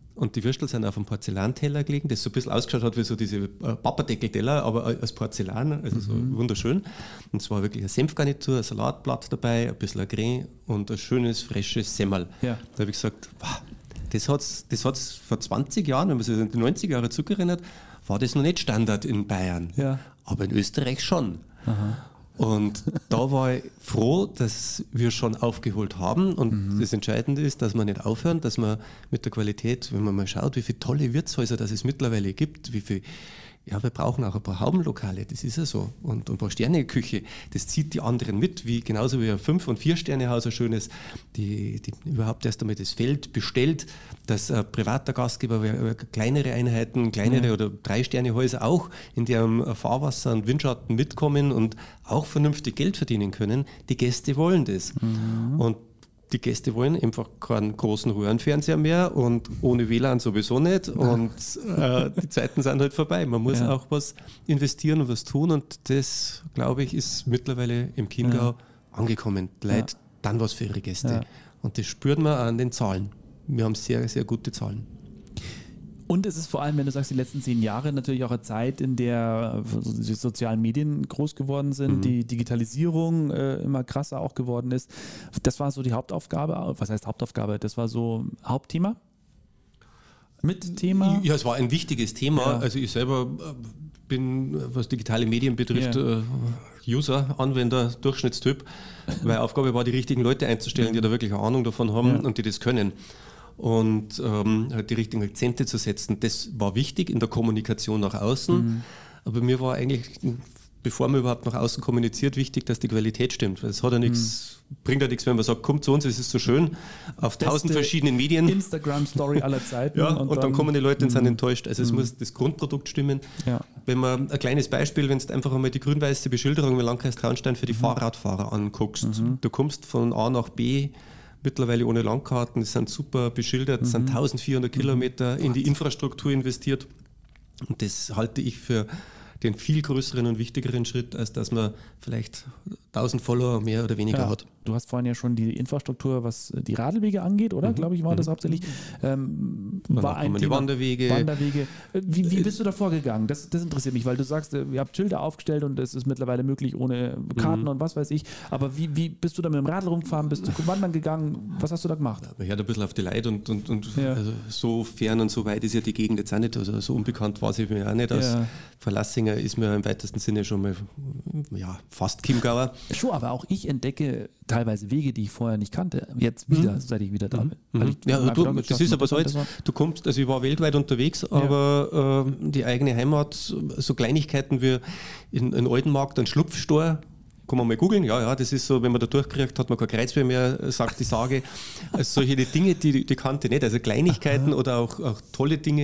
Und die Würstel sind auf einem Porzellanteller gelegen, das so ein bisschen ausgeschaut hat wie so diese Papperdeckelteller, aber als Porzellan, also so wunderschön. Und es war wirklich eine Senfgarnitur, ein Salatblatt dabei, ein bisschen Creme und ein schönes, frisches Semmel. Ja. Da habe ich gesagt, wow, das hat's vor 20 Jahren, wenn man sich in die 90er Jahre zurückerinnert, war das noch nicht Standard in Bayern. Ja. Aber in Österreich schon. Aha. Und da war ich froh, dass wir schon aufgeholt haben. Und das Entscheidende ist, dass wir nicht aufhören, dass wir mit der Qualität, wenn man mal schaut, wie viele tolle Wirtshäuser das es mittlerweile gibt, wie viel. Ja, wir brauchen auch ein paar Haubenlokale, das ist ja so. Und ein paar Sterneküche, das zieht die anderen mit, genauso wie ein 5- und 4-Sterne-Haus ein schönes, die überhaupt erst einmal das Feld bestellt, dass ein privater Gastgeber kleinere Einheiten, kleinere oder 3-Sterne-Häuser auch in deren Fahrwasser und Windschatten mitkommen und auch vernünftig Geld verdienen können. Die Gäste wollen das. Und die Gäste wollen einfach keinen großen Röhrenfernseher mehr und ohne WLAN sowieso nicht. Und die Zeiten sind halt vorbei. Man muss auch was investieren und was tun. Und das, glaube ich, ist mittlerweile im Chiemgau angekommen. Die Leute dann was für ihre Gäste. Ja. Und das spürt man an den Zahlen. Wir haben sehr, sehr gute Zahlen. Und es ist vor allem, wenn du sagst, die letzten 10 Jahre natürlich auch eine Zeit, in der die sozialen Medien groß geworden sind, die Digitalisierung immer krasser auch geworden ist. Das war so die Hauptaufgabe. Was heißt Hauptaufgabe? Das war so Hauptthema? Mit Thema? Ja, es war ein wichtiges Thema. Ja. Also ich selber bin, was digitale Medien betrifft, User, Anwender, Durchschnittstyp. Meine Aufgabe war, die richtigen Leute einzustellen, die da wirklich eine Ahnung davon haben und die das können. Und halt die richtigen Akzente zu setzen, das war wichtig in der Kommunikation nach außen. Aber mir war eigentlich, bevor man überhaupt nach außen kommuniziert, wichtig, dass die Qualität stimmt. Weil es hat ja nichts, bringt ja nichts, wenn man sagt, kommt zu uns, es ist so schön, auf 1000 verschiedenen Medien. Instagram-Story aller Zeiten. Ja, und dann kommen die Leute und sind enttäuscht. Also es muss das Grundprodukt stimmen. Ja. Wenn man ein kleines Beispiel, wenn du einfach einmal die grün-weiße Beschilderung im Landkreis Traunstein für die Fahrradfahrer anguckst. Du kommst von A nach B, mittlerweile ohne Landkarten, es sind super beschildert, es sind 1400 Kilometer in die Infrastruktur investiert. Und das halte ich für den viel größeren und wichtigeren Schritt, als dass man vielleicht 1000 Follower mehr oder weniger hat. Du hast vorhin ja schon die Infrastruktur, was die Radlwege angeht, oder? Glaube ich, war das hauptsächlich. War ein Thema. Wanderwege. Wie bist du da vorgegangen? Das interessiert mich, weil du sagst, ihr habt Schilder aufgestellt und es ist mittlerweile möglich ohne Karten und was weiß ich. Aber wie bist du da mit dem Radl rumgefahren? Bist du wandern gegangen? Was hast du da gemacht? Man hört ein bisschen auf die Leute und also so fern und so weit ist ja die Gegend jetzt auch nicht. Also so unbekannt war sie mir auch nicht. Aus Verlassinger ist mir im weitesten Sinne schon mal fast Chiemgauer. Schon, aber auch ich entdecke teilweise Wege, die ich vorher nicht kannte, jetzt wieder, seit ich wieder da bin. Das ist aber so jetzt, du kommst, also ich war weltweit unterwegs, aber die eigene Heimat, so Kleinigkeiten wie in Oldenmarkt, ein Schlupfstor, kann man mal googeln, das ist so, wenn man da durchkriegt, hat man kein Kreuzweh mehr, sagt die Sage. Also solche Dinge, die kannte ich nicht, also Kleinigkeiten oder auch tolle Dinge.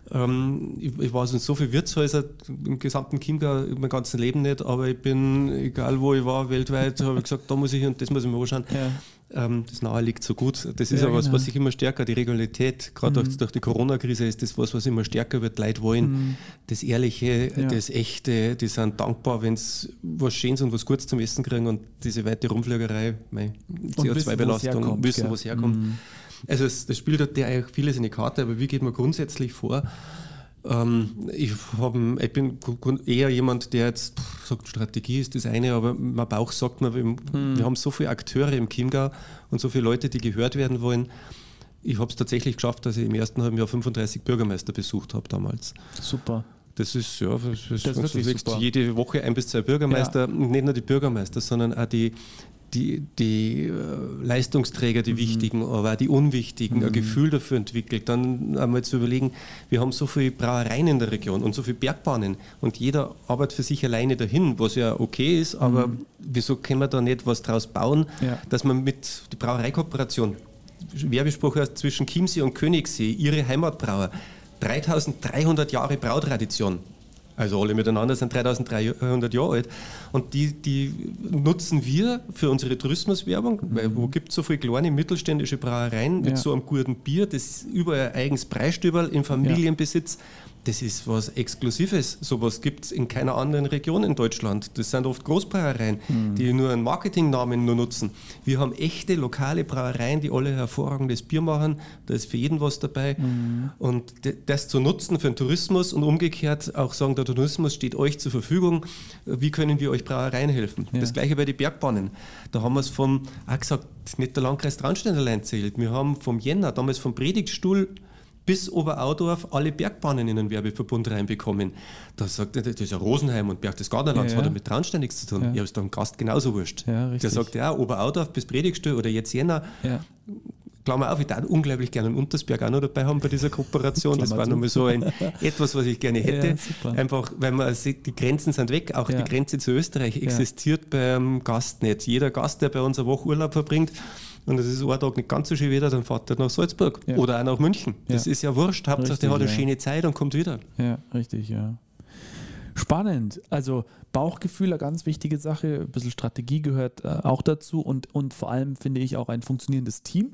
Ich war in so viele Wirtshäuser im gesamten Chiemgau mein ganzes Leben nicht, aber ich bin, egal wo ich war, weltweit, habe ich gesagt, da muss ich und das muss ich mir anschauen. Das Nahe liegt so gut. Das ist ja was, was sich immer stärker, die Regionalität, gerade durch die Corona-Krise ist das was immer stärker wird. Leute wollen das Ehrliche, das Echte, die sind dankbar, wenn sie was Schönes und was Gutes zum Essen kriegen und diese weite Rumfliegerei, CO2-Belastung, wissen, wo es herkommt. Also das spielt halt eigentlich vieles in die Karte, aber wie geht man grundsätzlich vor? Ich bin eher jemand, der jetzt sagt, Strategie ist das eine, aber mein Bauch sagt mir, wir haben so viele Akteure im Chiemgau und so viele Leute, die gehört werden wollen. Ich habe es tatsächlich geschafft, dass ich im ersten halben Jahr 35 Bürgermeister besucht habe damals. Super. Das ist wirklich super. Jede Woche 1 bis 2 Bürgermeister, nicht nur die Bürgermeister, sondern auch die Leistungsträger, die wichtigen, aber auch die unwichtigen, ein Gefühl dafür entwickelt. Dann einmal zu überlegen, wir haben so viele Brauereien in der Region und so viele Bergbahnen und jeder arbeitet für sich alleine dahin, was ja okay ist, aber wieso können wir da nicht was draus bauen, dass man mit der Brauereikooperation, Werbespruch heißt zwischen Chiemsee und Königssee, ihre Heimatbrauer, 3300 Jahre Brautradition. Also alle miteinander sind 3300 Jahre alt. Und die nutzen wir für unsere Tourismuswerbung, weil wo gibt es so viele kleine mittelständische Brauereien mit so einem guten Bier, das über ein eigenes Preisstüberl im Familienbesitz, das ist was Exklusives. Sowas gibt es in keiner anderen Region in Deutschland. Das sind oft Großbrauereien, die nur einen Marketingnamen nur nutzen. Wir haben echte lokale Brauereien, die alle hervorragendes Bier machen. Da ist für jeden was dabei. Und das zu nutzen für den Tourismus und umgekehrt auch sagen, der Tourismus steht euch zur Verfügung. Wie können wir euch Brauereien helfen? Ja. Das gleiche bei den Bergbahnen. Da haben wir es auch gesagt, nicht der Landkreis Traunstein allein zählt. Wir haben vom Jänner, damals vom Predigtstuhl bis Oberaudorf alle Bergbahnen in den Werbeverbund reinbekommen. Da sagt er, das ist ja Rosenheim und Berchtesgadenerland, das hat ja mit Traunstein nichts zu tun. Ja, ist doch dem Gast genauso wurscht. Ja, der sagt, ja, Oberaudorf bis Predigtstuhl oder jetzt Jänner. Ja. Klammer auf, ich darf unglaublich gerne einen Untersberg auch noch dabei haben bei dieser Kooperation. Das war nochmal so etwas, was ich gerne hätte. Ja, einfach, weil man sieht, die Grenzen sind weg. Auch die Grenze zu Österreich existiert beim Gast nicht. Jeder Gast, der bei uns eine Woche Urlaub verbringt, und das ist ein Tag nicht ganz so schön wieder, dann fährt er nach Salzburg oder auch nach München. Das ist ja wurscht. Hauptsache, der hat eine schöne Zeit und kommt wieder. Ja, richtig, ja. Spannend. Also Bauchgefühl, eine ganz wichtige Sache. Ein bisschen Strategie gehört auch dazu und vor allem finde ich auch ein funktionierendes Team.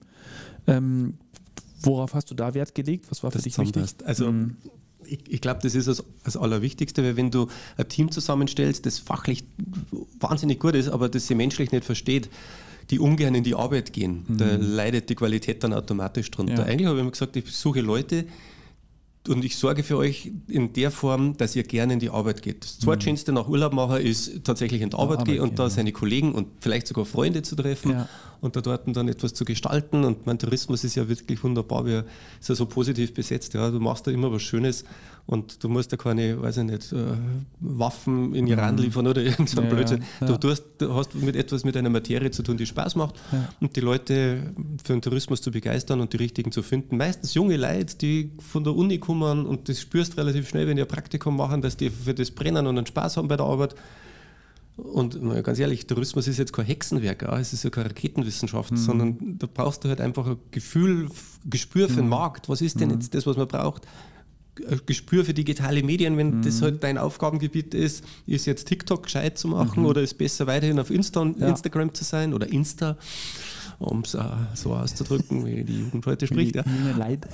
Worauf hast du da Wert gelegt? Was war für dich wichtig? Also ich glaube, das ist das Allerwichtigste, weil wenn du ein Team zusammenstellst, das fachlich wahnsinnig gut ist, aber das sie menschlich nicht versteht, die ungern in die Arbeit gehen, da leidet die Qualität dann automatisch drunter. Ja. Eigentlich habe ich immer gesagt, ich suche Leute und ich sorge für euch in der Form, dass ihr gerne in die Arbeit geht. Das Zweitschönste nach Urlaub machen ist tatsächlich in die Arbeit gehen und da seine Kollegen und vielleicht sogar Freunde zu treffen und da dort dann etwas zu gestalten. Und mein Tourismus ist ja wirklich wunderbar, ist ja so positiv besetzt. Ja, du machst da immer was Schönes und du musst da keine, weiß ich nicht, Waffen in Iran liefern oder irgend so ein Blödsinn. Ja. Du hast etwas mit einer Materie zu tun, die Spaß macht und die Leute für den Tourismus zu begeistern und die Richtigen zu finden. Meistens junge Leute, die von der Uni kommen und das spürst relativ schnell, wenn die ein Praktikum machen, dass die für das brennen und einen Spaß haben bei der Arbeit. Und ganz ehrlich, Tourismus ist jetzt kein Hexenwerk, es ist ja keine Raketenwissenschaft, sondern da brauchst du halt einfach ein Gespür für den Markt. Was ist denn jetzt das, was man braucht? Ein Gespür für digitale Medien, wenn das halt dein Aufgabengebiet ist jetzt TikTok gescheit zu machen oder ist besser weiterhin auf Instagram zu sein oder Insta, um es so auszudrücken, wie die Jugend heute spricht. Leid.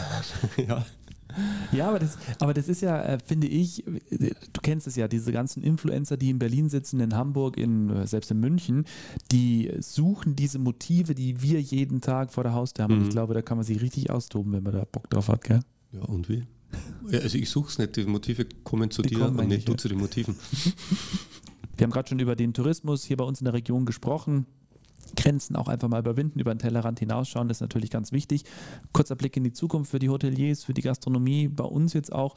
Ja. Ja, aber das ist ja, finde ich, du kennst es ja, diese ganzen Influencer, die in Berlin sitzen, in Hamburg, selbst in München, die suchen diese Motive, die wir jeden Tag vor der Haustür haben. Und ich glaube, da kann man sich richtig austoben, wenn man da Bock drauf hat, gell? Ja, und wie? Ja, also ich suche es nicht, die Motive kommen zu dir und nicht du zu den Motiven. Wir haben gerade schon über den Tourismus hier bei uns in der Region gesprochen. Grenzen auch einfach mal überwinden, über den Tellerrand hinausschauen, das ist natürlich ganz wichtig. Kurzer Blick in die Zukunft für die Hoteliers, für die Gastronomie, bei uns jetzt auch.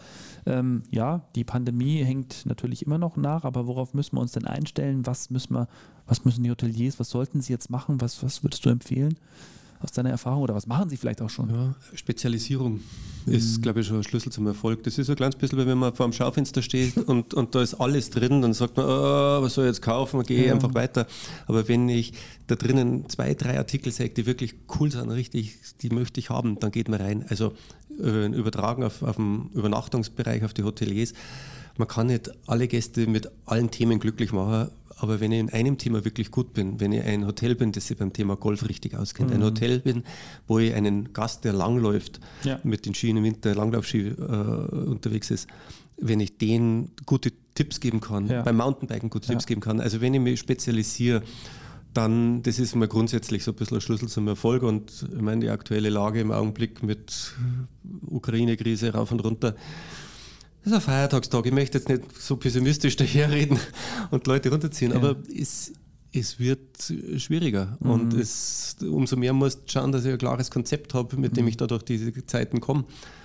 Die Pandemie hängt natürlich immer noch nach, aber worauf müssen wir uns denn einstellen? Was müssen die Hoteliers, was sollten sie jetzt machen? Was würdest du empfehlen aus deiner Erfahrung oder was machen sie vielleicht auch schon? Ja, Spezialisierung ist, glaube ich, schon ein Schlüssel zum Erfolg. Das ist so ein kleines bisschen, wenn man vor dem Schaufenster steht und da ist alles drin, dann sagt man, was soll ich jetzt kaufen, gehe einfach weiter. Aber wenn ich da drinnen 2, 3 Artikel sehe, die wirklich cool sind, richtig, die möchte ich haben, dann geht man rein. Also übertragen auf den Übernachtungsbereich, auf die Hoteliers. Man kann nicht alle Gäste mit allen Themen glücklich machen, aber wenn ich in einem Thema wirklich gut bin, wenn ich ein Hotel bin, das sich beim Thema Golf richtig auskennt, ein Hotel bin, wo ich einen Gast, der langläuft, mit den Skien im Winter, Langlaufski unterwegs ist, wenn ich denen gute Tipps geben kann, beim Mountainbiken gute Tipps geben kann, also wenn ich mich spezialisiere, dann, das ist mal grundsätzlich so ein bisschen ein Schlüssel zum Erfolg und ich meine, die aktuelle Lage im Augenblick mit Ukraine-Krise rauf und runter, das ist ein Feiertagstag. Ich möchte jetzt nicht so pessimistisch daherreden und Leute runterziehen, aber es wird schwieriger und umso mehr musst du schauen, dass ich ein klares Konzept habe, mit dem ich da durch diese Zeiten komme.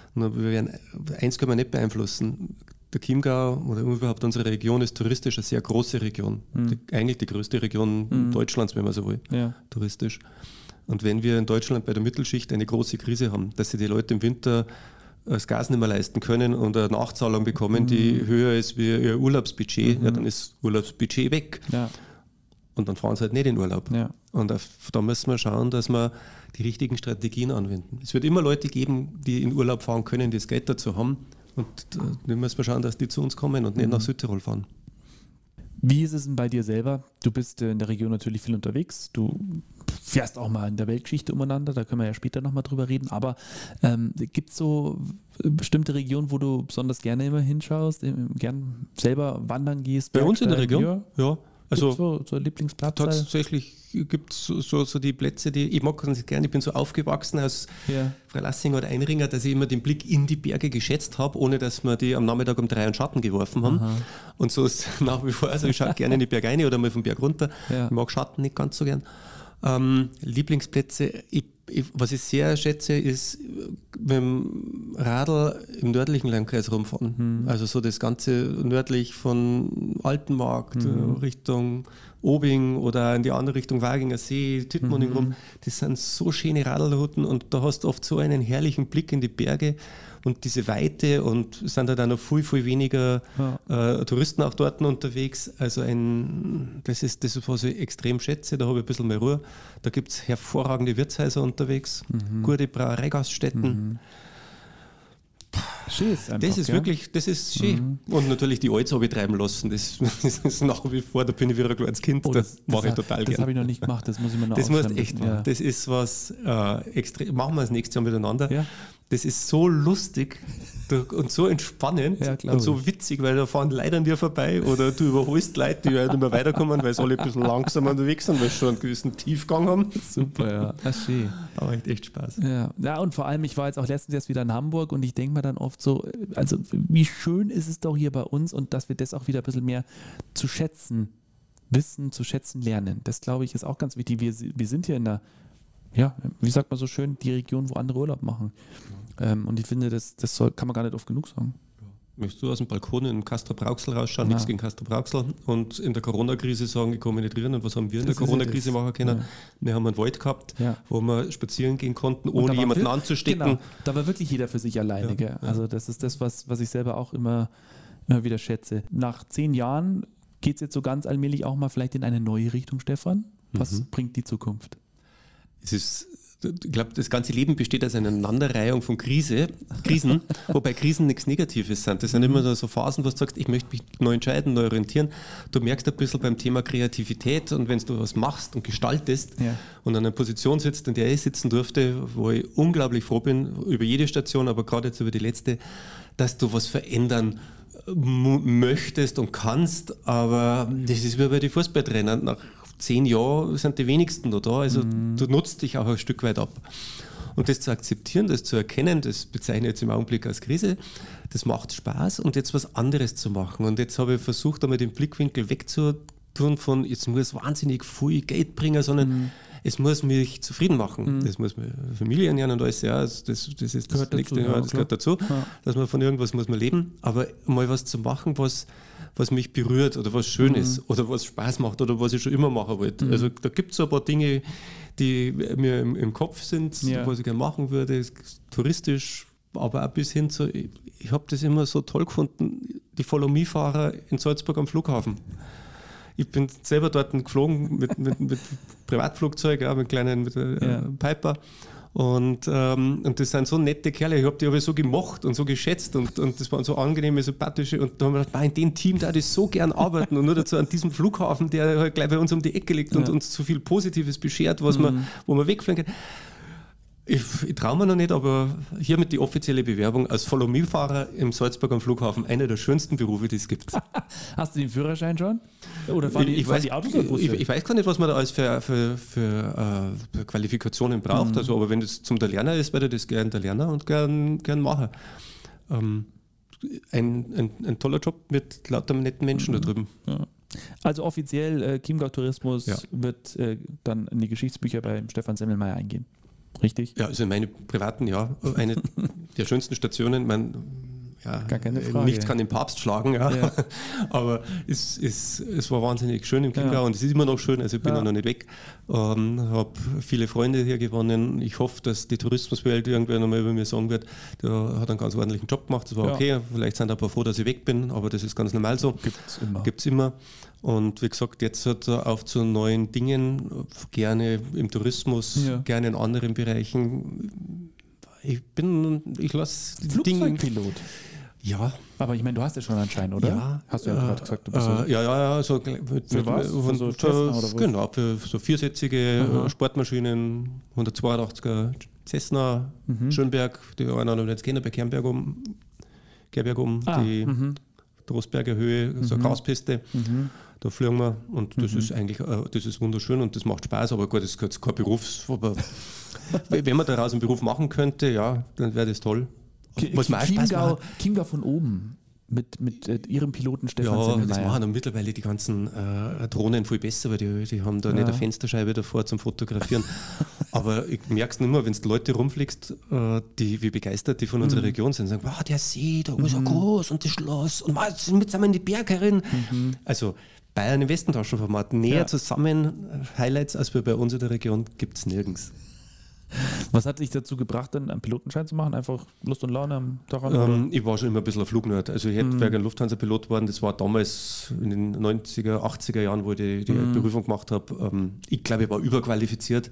Eins können wir nicht beeinflussen. Der Chiemgau oder überhaupt unsere Region ist touristisch eine sehr große Region. Eigentlich die größte Region Deutschlands, wenn man so will, touristisch. Und wenn wir in Deutschland bei der Mittelschicht eine große Krise haben, dass sich die Leute im Winter das Gas nicht mehr leisten können und eine Nachzahlung bekommen, die höher ist wie ihr Urlaubsbudget, dann ist Urlaubsbudget weg. Ja. Und dann fahren sie halt nicht in Urlaub. Ja. Und da müssen wir schauen, dass wir die richtigen Strategien anwenden. Es wird immer Leute geben, die in Urlaub fahren können, die das Geld dazu haben. Und da müssen wir schauen, dass die zu uns kommen und nicht nach Südtirol fahren. Wie ist es denn bei dir selber? Du bist in der Region natürlich viel unterwegs. Du fährst auch mal in der Weltgeschichte umeinander. Da können wir ja später nochmal drüber reden. Aber gibt es so bestimmte Regionen, wo du besonders gerne immer hinschaust, gern selber wandern gehst? Bei uns in der Region? Ja. Also so Lieblingsplatz? Tatsächlich gibt es so die Plätze, die ich mag ganz gerne. Ich bin so aufgewachsen aus Freilassing oder Einringer, dass ich immer den Blick in die Berge geschätzt habe, ohne dass wir die am Nachmittag um 3 in Schatten geworfen haben. Aha. Und so ist es nach wie vor. Also ich schaue gerne in die Berge rein oder mal vom Berg runter. Ja. Ich mag Schatten nicht ganz so gern. Lieblingsplätze, was ich sehr schätze, ist mit dem Radl im nördlichen Landkreis rumfahren. Also so das Ganze nördlich von Altenmarkt Richtung Obing oder in die andere Richtung Waginger See, Tittmoning rum. Das sind so schöne Radlrouten und da hast du oft so einen herrlichen Blick in die Berge und diese Weite und es sind da noch viel, viel weniger Touristen auch dort unterwegs. Also das ist, was ich extrem schätze. Da habe ich ein bisschen mehr Ruhe. Da gibt es hervorragende Wirtshäuser unterwegs, gute Brauereigaststätten. Schön ist einfach, das ist wirklich, das ist schön. Und natürlich die Alts habe ich treiben lassen. Das ist nach wie vor, da bin ich wieder ein kleines Kind. Das mache ich total gerne. Das habe ich noch nicht gemacht, das muss ich mir noch Das musst echt machen. Das ist was extrem. Machen wir das nächste Jahr miteinander. Ja. Das ist so lustig und so entspannend und so witzig, weil da fahren Leute an dir vorbei oder du überholst Leute, die halt immer weiterkommen, weil sie alle ein bisschen langsamer unterwegs sind, weil sie schon einen gewissen Tiefgang haben. Super, ja. Das ist schön. Aber echt Spaß. Ja, und vor allem, ich war jetzt auch letztens erst wieder in Hamburg und ich denke mir dann oft so, also wie schön ist es doch hier bei uns und dass wir das auch wieder ein bisschen mehr zu schätzen wissen, zu schätzen lernen. Das, glaube ich, ist auch ganz wichtig. Wir sind hier in der, wie sagt man so schön, die Region, wo andere Urlaub machen. Und ich finde, das kann man gar nicht oft genug sagen. Möchtest du aus dem Balkon in Castrop-Rauxel rausschauen? Nichts gegen Castrop-Rauxel. Und in der Corona-Krise sagen, ich komme nicht rein. Und was haben wir in der Corona-Krise machen können? Ja. Wir haben einen Wald gehabt, wo wir spazieren gehen konnten, ohne jemanden anzustecken. Genau, da war wirklich jeder für sich alleine. Ja. Also das ist das, was ich selber auch immer wieder schätze. Nach 10 Jahren geht es jetzt so ganz allmählich auch mal vielleicht in eine neue Richtung, Stefan. Was bringt die Zukunft? Ich glaube, das ganze Leben besteht aus einer Aneinanderreihung von Krisen, wobei Krisen nichts Negatives sind. Das sind immer so Phasen, wo du sagst, ich möchte mich neu entscheiden, neu orientieren. Du merkst ein bisschen beim Thema Kreativität und wenn du was machst und gestaltest und an einer Position sitzt, in der ich sitzen durfte, wo ich unglaublich froh bin, über jede Station, aber gerade jetzt über die letzte, dass du was verändern möchtest und kannst, aber das ist wie bei den Fußballtrainern. Nach 10 Jahren sind die wenigsten noch da, also du nutzt dich auch ein Stück weit ab. Und das zu akzeptieren, das zu erkennen, das bezeichne ich jetzt im Augenblick als Krise, das macht Spaß und jetzt was anderes zu machen. Und jetzt habe ich versucht, einmal den Blickwinkel wegzutun von, jetzt muss wahnsinnig viel Geld bringen, sondern es muss mich zufrieden machen. Das muss mir Familie ernähren und alles, das ist das Nächste, das gehört dazu, dass man von irgendwas muss man leben, aber mal was zu machen, was mich berührt oder was schön ist oder was Spaß macht oder was ich schon immer machen wollte. Also da gibt es so ein paar Dinge, die mir im Kopf sind, was ich gerne machen würde, touristisch, aber auch bis hin zu, ich habe das immer so toll gefunden, die Follow-Me-Fahrer in Salzburg am Flughafen. Ich bin selber dort geflogen mit Privatflugzeug, mit kleinen Piper. Und das sind so nette Kerle, ich habe die aber so gemacht und so geschätzt und das waren so angenehme, sympathische und da haben wir gedacht, in dem Team da ich so gern arbeiten und nur dazu an diesem Flughafen, der halt gleich bei uns um die Ecke liegt und uns so viel Positives beschert, wo man wegfliegen kann. Ich traue mir noch nicht, aber hiermit die offizielle Bewerbung als Follow-Me-Fahrer im Salzburg am Flughafen, einer der schönsten Berufe, die es gibt. Hast du den Führerschein schon? Oder fahren die Autos oder Busse? Ich weiß gar nicht, was man da alles für Qualifikationen braucht, also, aber wenn das zum der Lerner ist, werde ich das gerne der Lerner und gern machen. Ein toller Job mit lauter netten Menschen da drüben. Ja. Also offiziell, Chiemgau Tourismus wird dann in die Geschichtsbücher bei Stefan Semmelmeier eingehen. Richtig? Ja, also meine privaten, eine der schönsten Stationen, gar keine Frage. Nichts kann den Papst schlagen, aber es war wahnsinnig schön im Chiemgau und es ist immer noch schön, also ich bin noch nicht weg. Habe viele Freunde hier gewonnen. Ich hoffe, dass die Tourismuswelt irgendwer nochmal über mir sagen wird, der hat einen ganz ordentlichen Job gemacht, das war okay, vielleicht sind ein paar froh, dass ich weg bin, aber das ist ganz normal so. Gibt's immer. Und wie gesagt, jetzt hat er auf zu neuen Dingen, gerne im Tourismus, gerne in anderen Bereichen. Ich lasse Flugzeugpilot. Ja. Aber ich meine, du hast ja schon einen Schein, oder? Ja. Hast du ja gerade gesagt, du bist ja. So für was? Für so Cessna oder wo? Genau, für so viersitzige Sportmaschinen, 182er Cessna, Schönberg, die einen jetzt kennen, bei Gerberg oben, die Trostberger Höhe, so eine Gaspiste. Da fliegen wir und das ist eigentlich, das ist wunderschön und das macht Spaß, aber gut, das ist jetzt kein Berufs... Wenn man daraus einen Beruf machen könnte, ja, dann wäre das toll. Was mir auch Spaß macht. Chiemgau von oben mit ihrem Piloten Stefan Semmelmeier. Das machen dann mittlerweile die ganzen Drohnen viel besser, weil die haben da nicht eine Fensterscheibe davor zum Fotografieren. Aber ich merke es nicht mehr, wenn du Leute rumfliegst, wie begeistert die von unserer Region sind, sagen, wow, der See, da ist so groß und das Schloss und mit zusammen in die Berge herin. Also Bayern im Westentaschenformat, näher zusammen Highlights als wir bei uns in der Region gibt es nirgends. Was hat dich dazu gebracht, dann einen Pilotenschein zu machen? Einfach Lust und Laune daran? Ich war schon immer ein bisschen ein Flugnerd. Also ich hätte wäre ein Lufthansa-Pilot geworden. Das war damals in den 90er, 80er Jahren, wo ich die Berufung gemacht habe. Ich glaube, ich war überqualifiziert.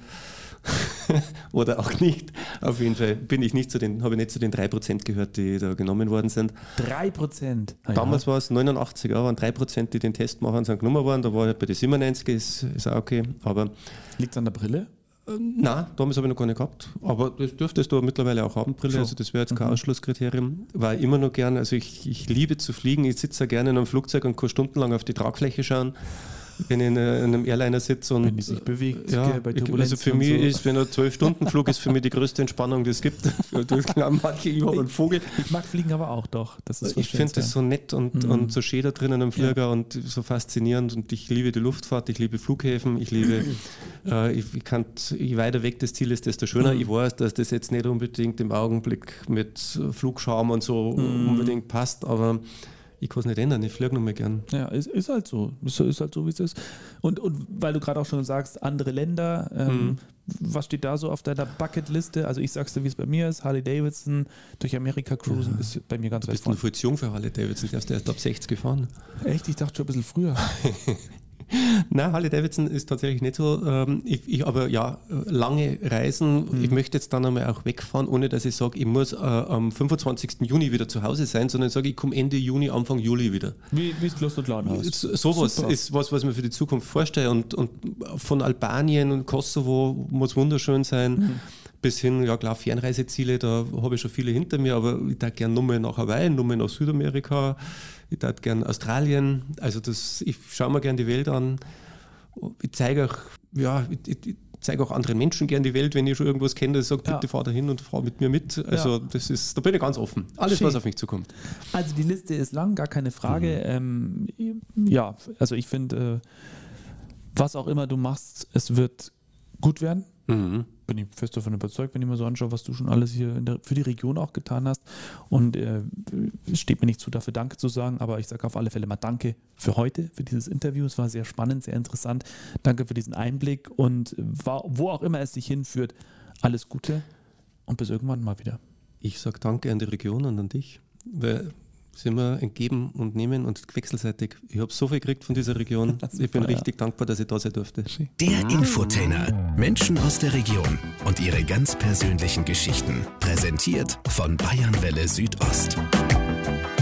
Oder auch nicht. Auf jeden Fall habe ich nicht zu den 3% gehört, die da genommen worden sind. 3%? Damals war es 89, waren 3%, die den Test machen, sind genommen worden. Da war ich bei den 97, ist auch okay. Liegt es an der Brille? Nein, damals habe ich noch gar nicht gehabt, aber das dürftest du mittlerweile auch haben, Brille, also das wäre jetzt kein Ausschlusskriterium. War immer noch gern, also ich liebe zu fliegen, ich sitze ja gerne in einem Flugzeug und kann stundenlang auf die Tragfläche schauen, wenn ich in einem Airliner sitze. Und wenn die sich bewegt, bei Turbulenz. Also für mich ist, wenn ein 12-Stunden-Flug ist, für mich die größte Entspannung, die es gibt. Ich habe einen Vogel. Ich mag Fliegen aber auch, doch. Das ist ich finde das so nett und so schön da drinnen am Flieger und so faszinierend und ich liebe die Luftfahrt, ich liebe Flughäfen, ich liebe, je weiter weg das Ziel ist, desto schöner. Ich weiß, dass das jetzt nicht unbedingt im Augenblick mit Flugschaum und so unbedingt passt, aber ich kann es nicht ändern, ich fliege noch mal gern. Ja, ist halt so. Ist halt so, wie es ist. Und weil du gerade auch schon sagst, andere Länder, was steht da so auf deiner Bucketliste? Also ich sag's dir, wie es bei mir ist, Harley Davidson, durch Amerika cruisen ist bei mir ganz weit vorne. Du bist noch viel zu jung für Harley Davidson, du hast erst ab 60 gefahren. Echt? Ich dachte schon ein bisschen früher. Nein, Harley Davidson ist tatsächlich nicht so. Aber ja, lange Reisen. Ich möchte jetzt dann einmal auch wegfahren, ohne dass ich sage, ich muss am 25. Juni wieder zu Hause sein, sondern ich sage, ich komme Ende Juni, Anfang Juli wieder. Wie es Lust und Laune hast. Sowas ist was ich mir für die Zukunft vorstelle. Und von Albanien und Kosovo muss wunderschön sein. Bis hin, ja klar, Fernreiseziele, da habe ich schon viele hinter mir, aber ich darf gerne nochmal nach Hawaii, nochmal nach Südamerika, ich darf gerne Australien, also ich schaue mir gerne die Welt an, ich zeige auch anderen Menschen gerne die Welt, wenn ich schon irgendwas kenne, ich sage, bitte fahr da hin und fahr mit mir mit, also da bin ich ganz offen, alles was auf mich zukommt. Also die Liste ist lang, gar keine Frage, also ich finde, was auch immer du machst, es wird gut werden. Bin ich fest davon überzeugt, wenn ich mir so anschaue, was du schon alles hier für die Region auch getan hast. Und es steht mir nicht zu, dafür Danke zu sagen, aber ich sage auf alle Fälle mal Danke für heute, für dieses Interview. Es war sehr spannend, sehr interessant. Danke für diesen Einblick und wo auch immer es dich hinführt, alles Gute und bis irgendwann mal wieder. Ich sage Danke an die Region und an dich, weil sind wir ein Geben und Nehmen und wechselseitig. Ich habe so viel gekriegt von dieser Region. Ich bin richtig dankbar, dass ich da sein durfte. Der Infotainer. Menschen aus der Region und ihre ganz persönlichen Geschichten. Präsentiert von Bayernwelle Südost.